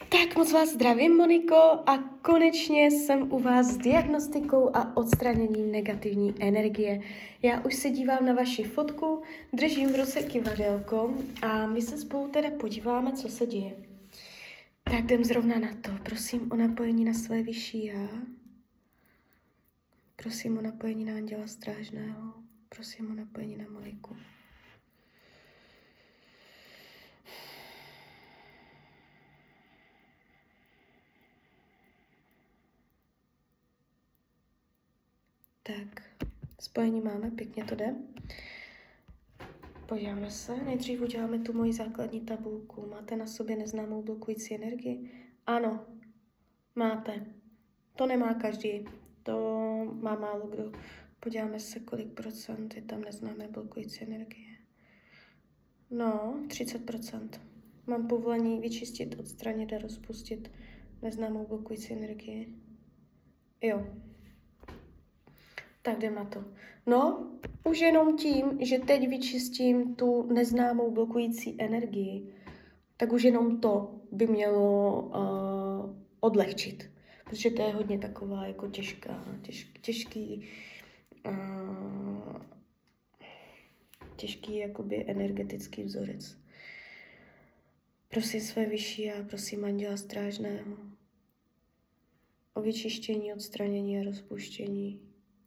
Tak moc vás zdravím, Moniko, a konečně jsem u vás s diagnostikou a odstraněním negativní energie. Já už se dívám na vaši fotku, držím v ruce kyvadelko a my se spolu teda podíváme, co se děje. Tak jdem zrovna na to. Prosím o napojení na své vyšší já. Prosím o napojení na Anděla Strážného. Prosím o napojení na Moniku. Tak, spojení máme, pěkně to jde. Podíváme se, nejdřív uděláme tu moji základní tabulku. Máte na sobě neznámou blokující energii? Ano, máte. To nemá každý, to má málo kdo. Podíváme se, kolik procent je tam neznámé blokující energie. No, 30%. Mám povolení vyčistit, odstranit a rozpustit neznámou blokující energii. Jo. Tak jdem na to. No, už jenom tím, že teď vyčistím tu neznámou blokující energii, tak už jenom to by mělo odlehčit. Protože to je hodně taková jako těžký jakoby energetický vzorec. Prosím své vyšší já, prosím Anděla Strážného o vyčištění, odstranění a rozpuštění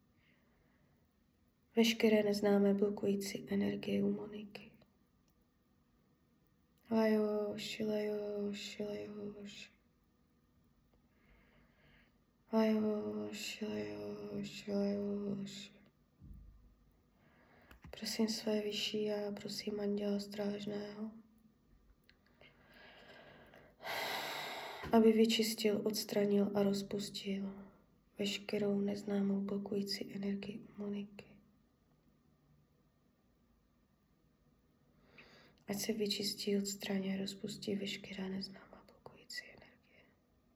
veškeré neznámé blokující energie u Moniky. Lajoši, lajoši, lajoši. Lajoši, lajoši, lajoši. Prosím své vyšší já, prosím Anděla Strážného, aby vyčistil, odstranil a rozpustil veškerou neznámou blokující energii u Moniky. Ať se vyčistí, odstraní a rozpustí veškerá neznámá blokující energie.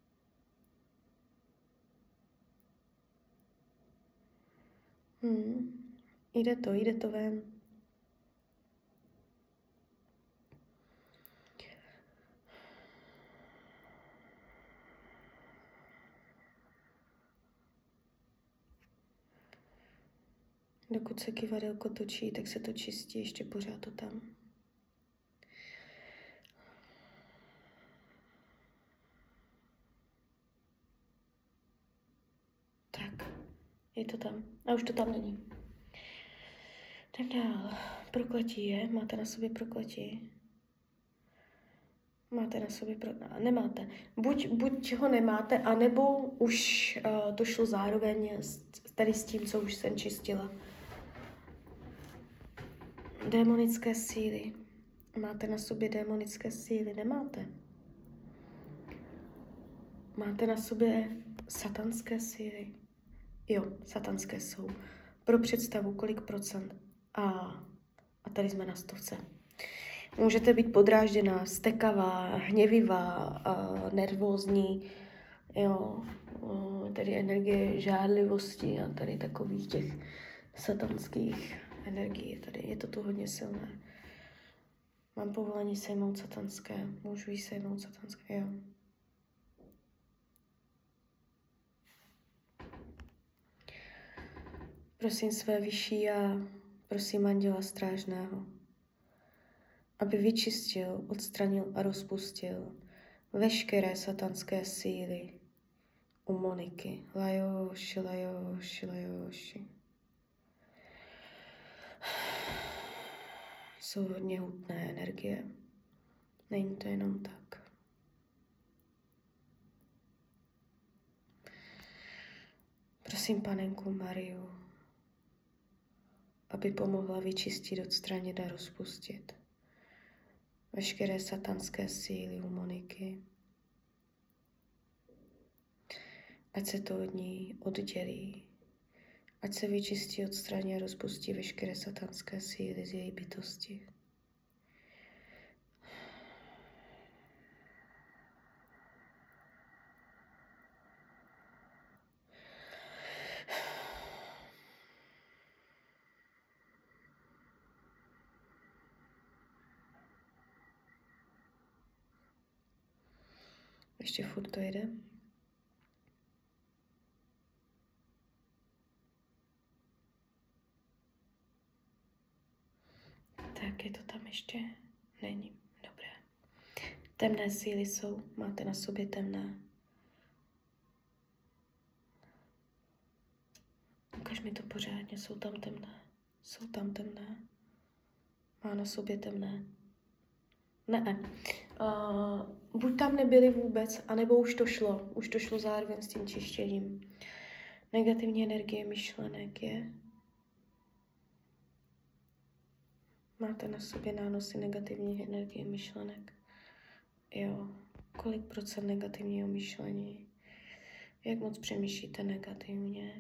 Jde to ven. Dokud se kyvadelko točí, tak se to čistí, ještě pořád to tam. Tak, je to tam. A už to tam není. Jdem dál. Prokletí je? Máte na sobě prokletí? Máte na sobě nemáte. Buď ho nemáte, anebo už to šlo zároveň tady s tím, co už jsem čistila. Démonické síly. Máte na sobě démonické síly? Nemáte. Máte na sobě satanské síly? Jo, satanské jsou. Pro představu, kolik procent? A tady jsme na 100. Můžete být podrážděná, stekavá, hněvivá, nervózní, jo, tady energie žádlivosti a tady takových těch satanských energií. Tady je to tu hodně silné. Mám povolení sejmout satanské, můžu jí sejmout satanské, jo. Prosím své vyšší já, prosím Anděla Strážného, aby vyčistil, odstranil a rozpustil veškeré satanské síly u Moniky. Lajoši, lajoši, lajoši. Jsou hodně hutné energie. Není to jenom tak. Prosím Panenku Mariu, aby pomohla vyčistit, odstranit a rozpustit veškeré satanské síly u Moniky. Ať se to od ní oddělí. Ať se vyčistí, odstraní a rozpustí veškeré satanské síly z její bytosti. Ještě furt to jde. Tak je to tam ještě? Není. Dobré. Temné síly jsou. Máte na sobě temné. Ukaž mi to pořádně. Jsou tam temné. Jsou tam temné. Má na sobě temné. Ne. Buď tam nebyly vůbec, anebo už to šlo. Už to šlo zároveň s tím čištěním. Negativní energie myšlenek je. Máte na sobě nánosy negativních energie myšlenek. Jo. Kolik procent negativního myšlení? Jak moc přemýšlíte negativně?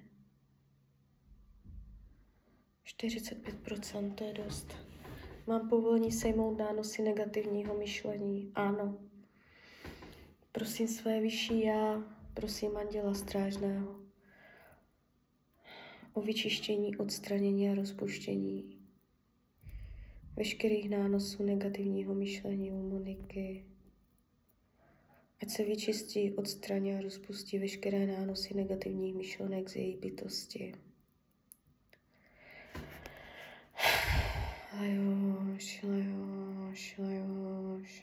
45%, to je dost. Mám povolení sejmout nánosy negativního myšlení. Ano. Prosím své vyšší já, prosím anděla strážného o vyčištění, odstranění a rozpuštění veškerých nánosů negativního myšlení u Moniky. Ať se vyčistí, odstraní a rozpustí veškeré nánosy negativních myšlenek z její bytosti. Lajoš, lajoš, lajoš.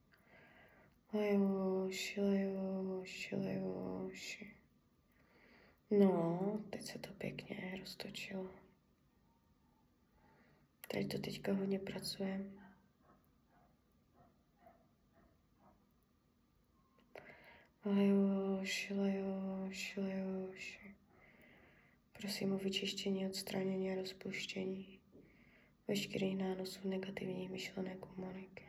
Lajoš, lajoš, lajoš. No, teď se to pěkně roztočilo. Tady to teďka hodně pracuje. Lajoš, lajoš, lajoš. Prosím o vyčištění, odstranění a rozpuštění veškerých nánosů negativních myšlenek u Moniky.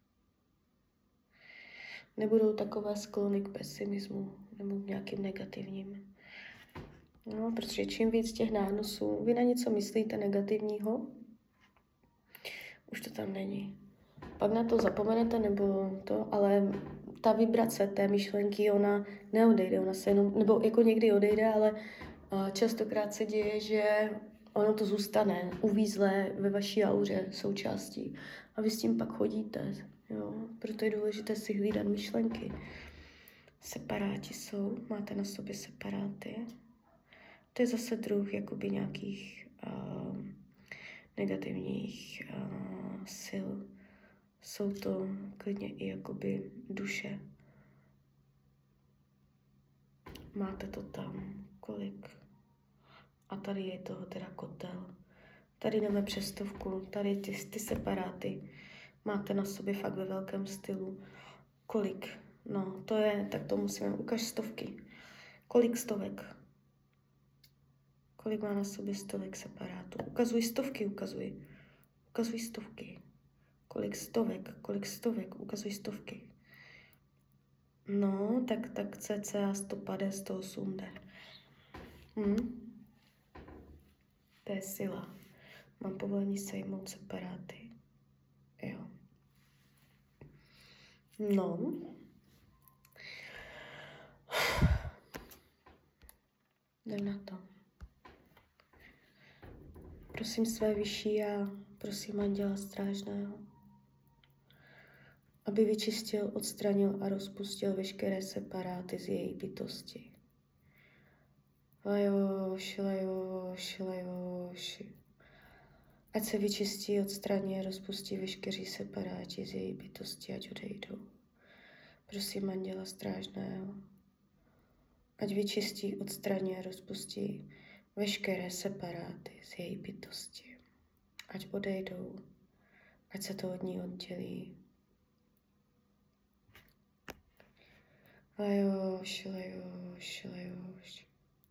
Nebudou takové sklony k pesimismu nebo k nějakým negativním. No, protože čím víc těch nánosů, vy na něco myslíte negativního, už to tam není. Pak na to zapomenete nebo to, ale ta vibrace té myšlenky, ona neodejde, ona se jenom, nebo jako někdy odejde, ale častokrát se děje, že ono to zůstane uvízlé ve vaší auře součástí. A vy s tím pak chodíte. Jo? Proto je důležité si hlídat myšlenky. Separáti jsou, máte na sobě separáty. To je zase druh jakoby nějakých negativních sil. Jsou to klidně i jakoby duše. Máte to tam, kolik? A tady je toho teda kotel. Tady jdeme přes 100, tady ty separáty. Máte na sobě fakt ve velkém stylu. Kolik? No, to je, tak to musíme, ukaž 100. Kolik 100? Kolik má na sobě 100 separátů? Ukazuj 100, ukazuj. Ukazuj 100. Kolik 100? Kolik 100? Ukazuj 100. No, tak cca 150, 180. To je sila. Mám povolení sejmout separáty. Jo. No. Jdem na to. Prosím své vyšší a prosím anděla strážného, aby vyčistil, odstranil a rozpustil veškeré separáty z její bytosti. Lajoš, lajoš, lajoš. Ať se vyčistí, odstraní a rozpustí veškerý separáti z její bytosti, ať odejdou. Prosím anděla strážného, ať vyčistí, odstraní a rozpustí veškeré separáty z její bytosti. Ať odejdou, ať se to od ní oddělí. Lajoš, lajoš, lajoš.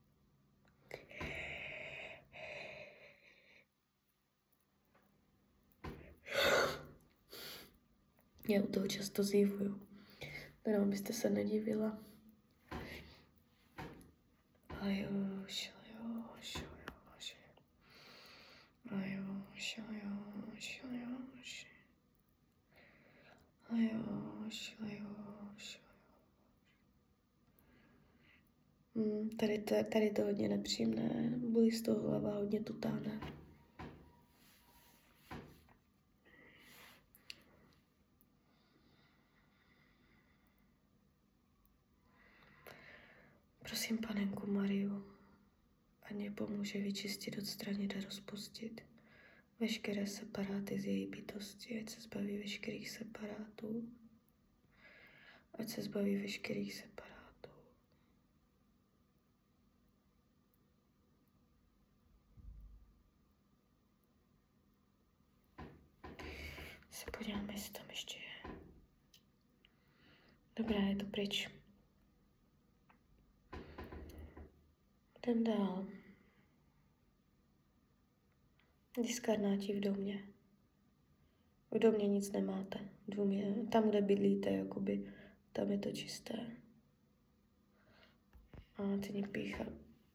Já u toho často zývuju. Jenom byste se nedivila. Lajoš, lajoš, lajoš. Lajoš, lajoš, lajoš. Lajoš, lajoš. Tady to hodně nepříjemné. Bolí z toho hlava, hodně to táhne. Prosím Panenku Mariu, ať mě pomůže vyčistit, odstranit a rozpustit veškeré separáty z její bytosti, ať se zbaví veškerých separátů. Ať se zbaví veškerých separátů. Se podíváme, jestli tam ještě je. Dobrá, je to pryč. Jdem dál. Diskarnáti v domě. V domě nic nemáte. Dům je, tam, kde bydlíte, jakoby, tam je to čisté. A ty nepícha.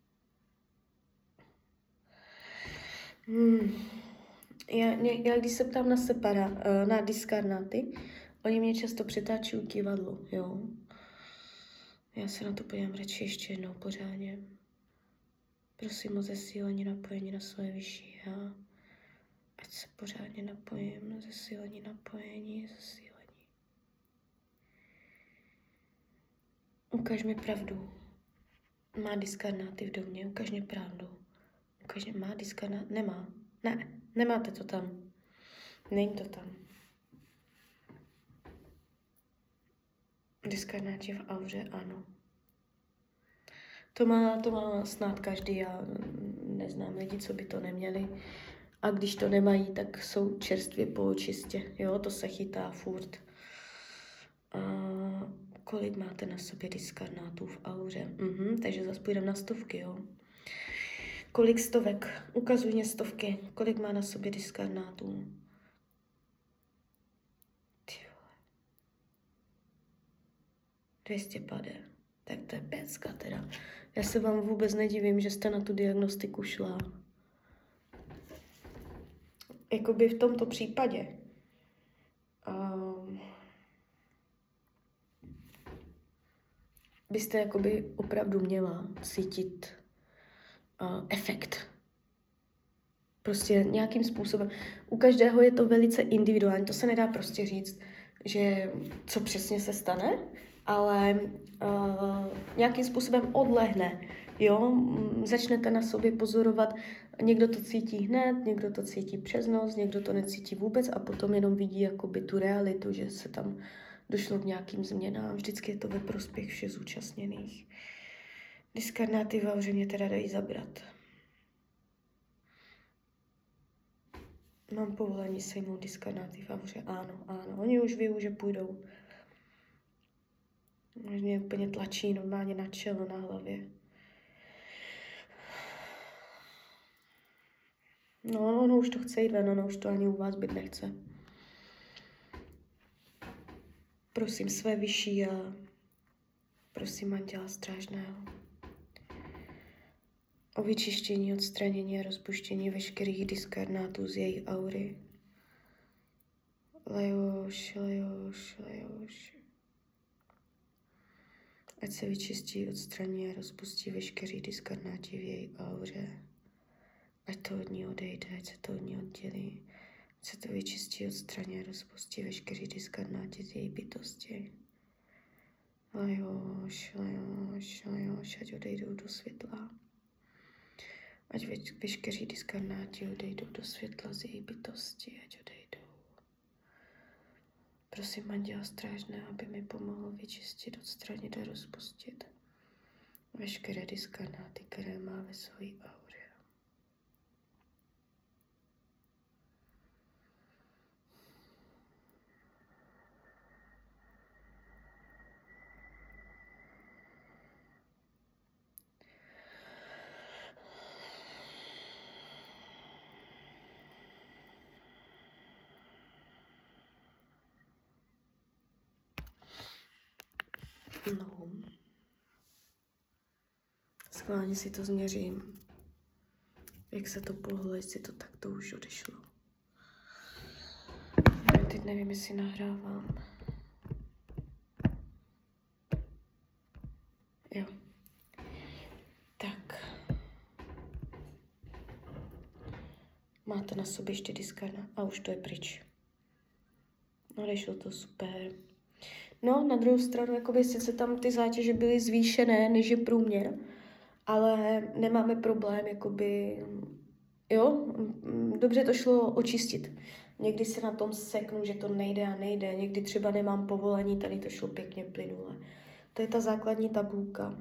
Já když se ptám na diskarnáty, oni mě často přetáčí u kivadlu, jo. Já se na to podívám radši ještě jednou pořádně. Prosím o zesílení, napojení na své vyšší já. Ať se pořádně napojím na zesílení, napojení, zesílení. Ukaž mi pravdu. Má diskarnáty v domě, ukaž mi pravdu. Ukaž mi, má diskarnáty? Nemá. Ne, nemáte to tam. Není to tam. Diskarnáti v auře, ano. To má snad každý, já neznám lidi, co by to neměli. A když to nemají, tak jsou čerstvě po očistě. Jo, to se chytá furt. A kolik máte na sobě diskarnátů v auře? Takže zase půjdeme na stovky, jo. Kolik stovek? Ukazuj mě stovky. Kolik má na sobě diskarnátů? Ty vole. 200 pade. Tak to je pecka teda. Já se vám vůbec nedivím, že jste na tu diagnostiku šla. Jakoby v tomto případě. Byste jakoby opravdu měla cítit efekt. Prostě nějakým způsobem. U každého je to velice individuální. To se nedá prostě říct, že co přesně se stane, ale nějakým způsobem odlehne. Jo? Začnete na sobě pozorovat, někdo to cítí hned, někdo to cítí přes noc, někdo to necítí vůbec a potom jenom vidí jakoby tu realitu, že se tam došlo k nějakým změnám. Vždycky je to ve prospěch všech zúčastněných. Diskarnáty v auře mě teda dají zabrat. Mám povolení sejmout diskarnáty v auře. Ano. Oni už ví, že půjdou. Mě úplně tlačí normálně na čelo, na hlavě. No, už to chce jít ven, už to ani u vás být nechce. Prosím své vyšší a prosím anděla strážného o vyčištění, odstranění a rozpuštění veškerých diskarnátů z její aury. Lejoš. Ať se vyčistí, odstraní a rozpustí veškerý diskarnáti v její auře. Ať to od ní odejde, ať se to od ní oddělí. Ať se to vyčistí, odstraní a rozpustí veškerý diskarnáti z její bytosti. Lejoš, ať odejdou do světla. Ať veškerý diskarnáti odejdou do světla z její bytosti, ať odejdou. Prosím anděla strážné, aby mi pomohl vyčistit, odstranit a rozpustit veškeré diskarnáty, které má ve své auře. No. Schválně si to změřím. Jak se to pohlo, jestli to takto už odešlo. Já teď nevím, jestli nahrávám. Jo. Tak. Máte na sobě ještě diskarna a už to je pryč. Odešlo to super. No, na druhou stranu, jakoby sice tam ty zátěže byly zvýšené, než je průměr, ale nemáme problém, jakoby, jo, dobře to šlo očistit. Někdy se na tom seknu, že to nejde a nejde, někdy třeba nemám povolení, tady to šlo pěkně plynule. To je ta základní tabulka.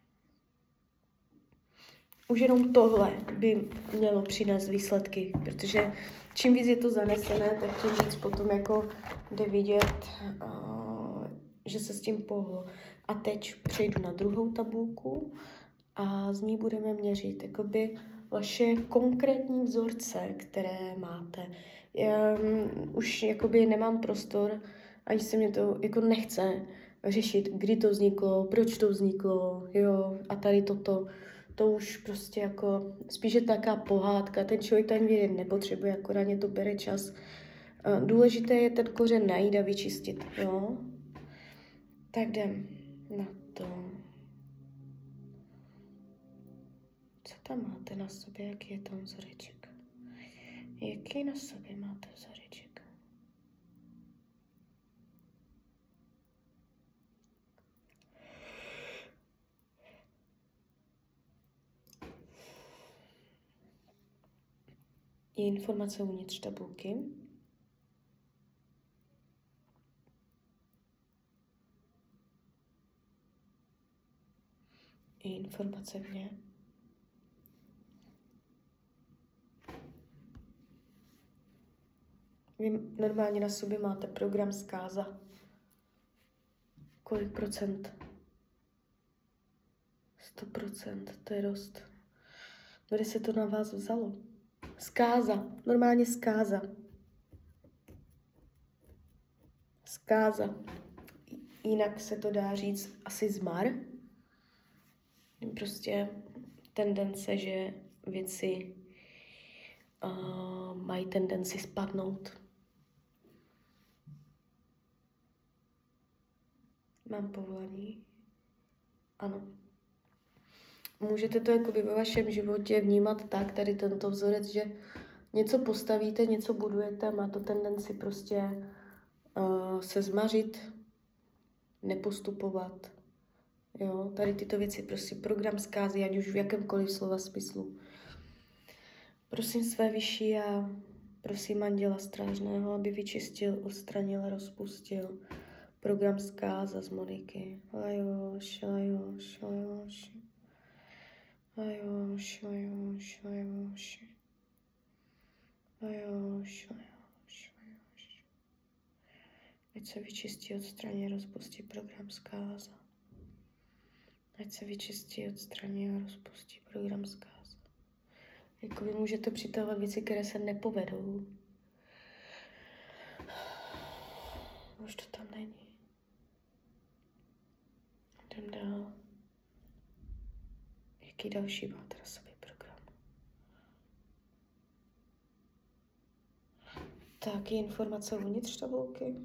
Už jenom tohle by mělo přinést výsledky, protože čím víc je to zanesené, tak tím víc potom jako jde vidět, že se s tím pohlo. A teď přejdu na druhou tabulku a z ní budeme měřit jakoby vaše konkrétní vzorce, které máte. Já už jakoby nemám prostor, ani se mě to jako nechce řešit, kdy to vzniklo, proč to vzniklo, jo, a tady toto. To už prostě jako spíš je taká pohádka, ten člověk to ani vědět nepotřebuje, akorát mě to bere čas. Důležité je ten kořen najít a vyčistit, jo. Tak jdem na to. Co tam máte na sobě, jaký je tam vzoreček? Jaký na sobě máte vzoreček? Je informace uvnitř tabulky. Je informace vně. Vy normálně na sobě máte program zkáza. Kolik procent? 100%, to je dost. Kde se to na vás vzalo? Zkáza, normálně zkáza. Zkáza. Jinak se to dá říct asi zmar. Prostě tendence, že věci mají tendenci spadnout. Mám povolení? Ano. Můžete to jakoby ve vašem životě vnímat tak, tady tento vzorec, že něco postavíte, něco budujete, má to tendenci prostě se zmařit, nepostupovat. Jo, tady tyto věci, prostě program zkázy, ať už v jakémkoliv slova smyslu. Prosím své vyšší a prosím anděla strážného, aby vyčistil, odstranil, rozpustil program zkáza z Moniky. Lajoš, lajoš, lajoš. Lajoš, lajoš, lajoš. Lajoš, lajoš, lajoš. Ať se vyčistí, odstraní, rozpustí program zkáza. Ať se vyčistí, odstraní a rozpustí program zkáza. Jako vy můžete přitahovat věci, které se nepovedou. Už to tam není. Jdem dál. Jaký další máte na sobě program? Tak, je informace uvnitř tabulky.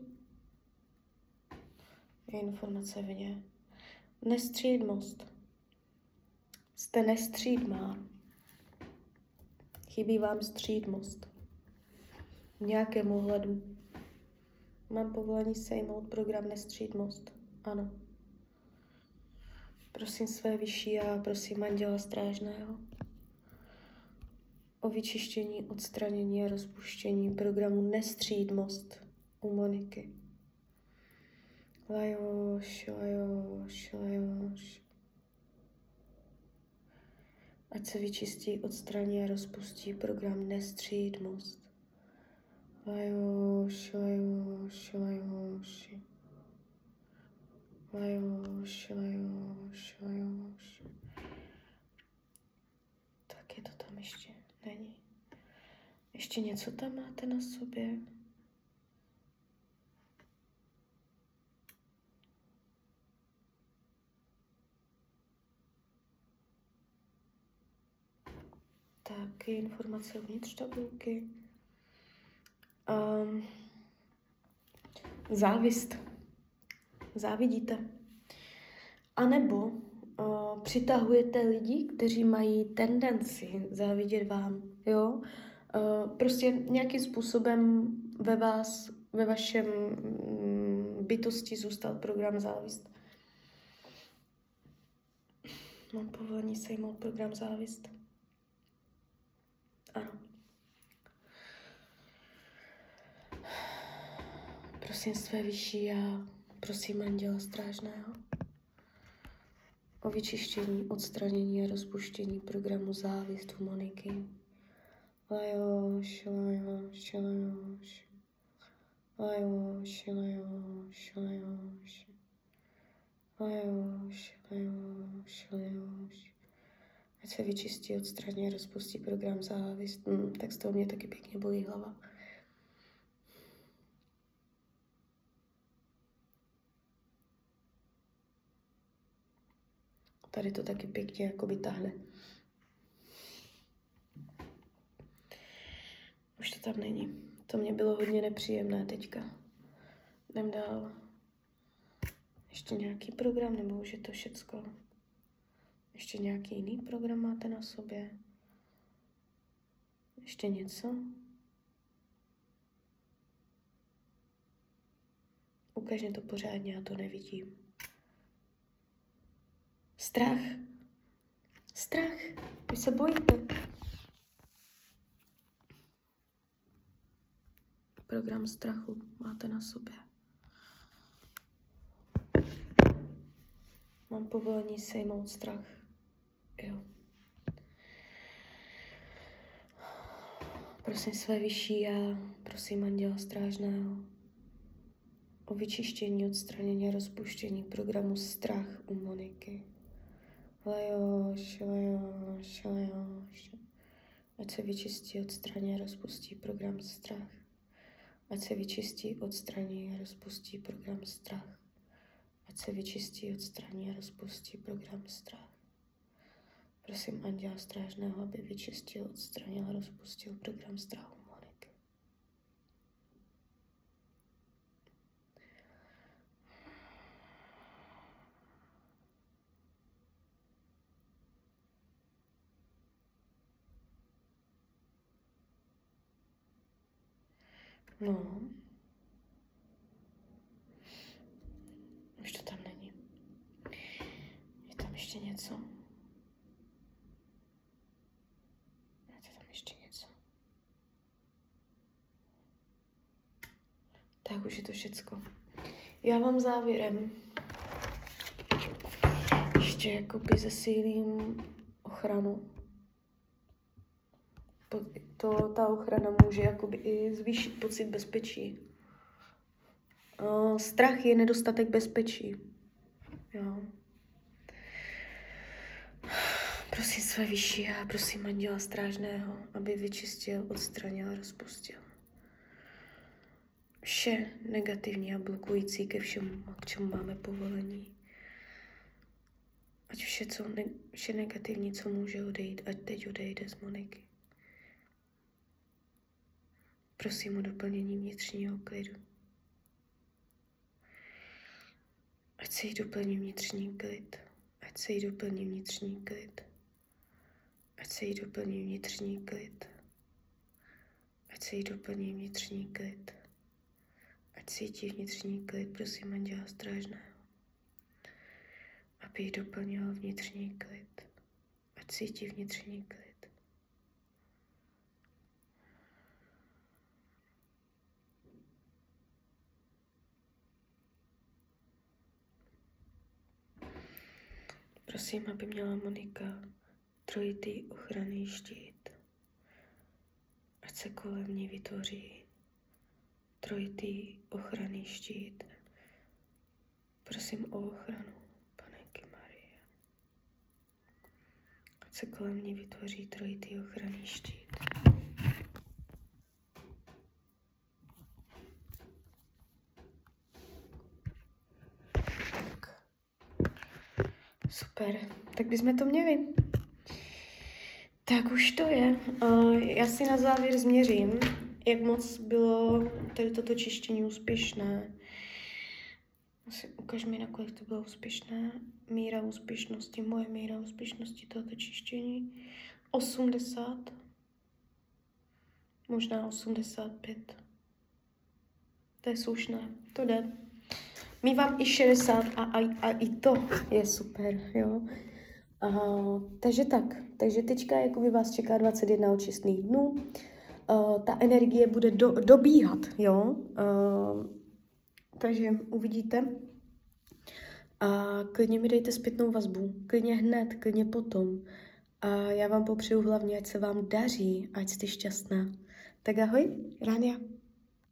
Je informace vně. Nestřídmost. Jste nestřídmá. Chybí vám střídmost. V nějakém ohledu. Mám povolení sejmout program nestřídmost. Ano. Prosím své vyšší a prosím anděla strážného o vyčištění, odstranění a rozpuštění programu nestřídmost u Moniky. Lajoš, lajoš, lajoš. Ať se vyčistí, odstraní a rozpustí program nestřídmost. Lajoš, lajoš, lajoš. Lajoš, lajoš, lajoš. Tak je to tam ještě? Není. Ještě něco tam máte na sobě? Tak, je informace uvnitř tabulky. Závist. Závidíte. A nebo přitahujete lidi, kteří mají tendenci závidět vám. Jo? Prostě nějakým způsobem ve vás, ve vašem bytosti zůstal program závist. Mám povolení sejmout program závist. Ano. Prosím své vyšší já, prosím anděla strážného o vyčištění, odstranění a rozpuštění programu závist u Moniky. Lajoš, lajoš, lajoš. Lajoš, lajoš, lajoš. Lajoš, lajoš, lajoš. Ať se vyčistí, odstraní a rozpustí program závist. Tak z toho mě taky pěkně bolí hlava. Tady to taky pěkně jakoby tahne. Už to tam není. To mě bylo hodně nepříjemné teďka. Jdem dál. Ještě nějaký program, nebo už je to všecko? Ještě nějaký jiný program máte na sobě? Ještě něco? Ukaž mě to pořádně, já to nevidím. Strach. Strach. Vy se bojíte. Program strachu máte na sobě. Mám povolení sejmout strach. Jo. Prosím své vyšší já, prosím anděla strážného o vyčištění, odstranění a rozpuštění programu strach u Moniky. Lajoš, lajoš, lajoš. Ať se vyčistí, odstraní a rozpustí program strach. Ať se vyčistí, odstraní a rozpustí program strach. Ať se vyčistí, odstraní a rozpustí program strach. Prosím anděla strážného, aby vyčistil, odstranil a rozpustil program strachu Moniky. No. Už to tam není. Je tam ještě něco? Je tam ještě něco? Tak už je to všecko. Já vám závěrem ještě jakoby zesílím ochranu. Ta ochrana může jakoby i zvýšit pocit bezpečí. Strach je nedostatek bezpečí. Jo. Prosím své vyšší a prosím anděla strážného, aby vyčistil, odstranil a rozpustil vše negativní a blokující ke všemu, k čemu máme povolení. Ať vše negativní, co může odejít, ať teď odejde z Moniky. Prosím o doplnění vnitřního klidu. Ať se jí doplní vnitřní klid. Ať se jí doplní vnitřní klid. Ať se jí doplní vnitřní klid. Ať se jí doplní vnitřní klid. Ať cítí vnitřní klid, prosím anděla strážného, aby jí doplnil vnitřní klid. Ať cítí vnitřní klid. Prosím, aby měla Monika trojitý ochranný štít. Ať se kolem ní vytvoří trojitý ochranný štít. Prosím o ochranu Panenky Marie. Ať se kolem ní vytvoří trojitý ochranný štít. Super, tak bychom to měli. Tak už to je. Já si na závěr změřím, jak moc bylo tady toto čištění úspěšné. Asi ukaž mi, nakolik to bylo úspěšné. Míra úspěšnosti, moje míra úspěšnosti tohoto čištění. 80. Možná 85. To je slušné, to jde. Mívám i 60 a i to je super, jo. Takže tak, takže teďka jakoby vás čeká 21 očistných dnů. Ta energie bude dobíhat, jo. Takže uvidíte. A klidně mi dejte zpětnou vazbu, klidně hned, klidně potom. A já vám popřeju hlavně, ať se vám daří, ať jste šťastná. Tak ahoj, Ránia.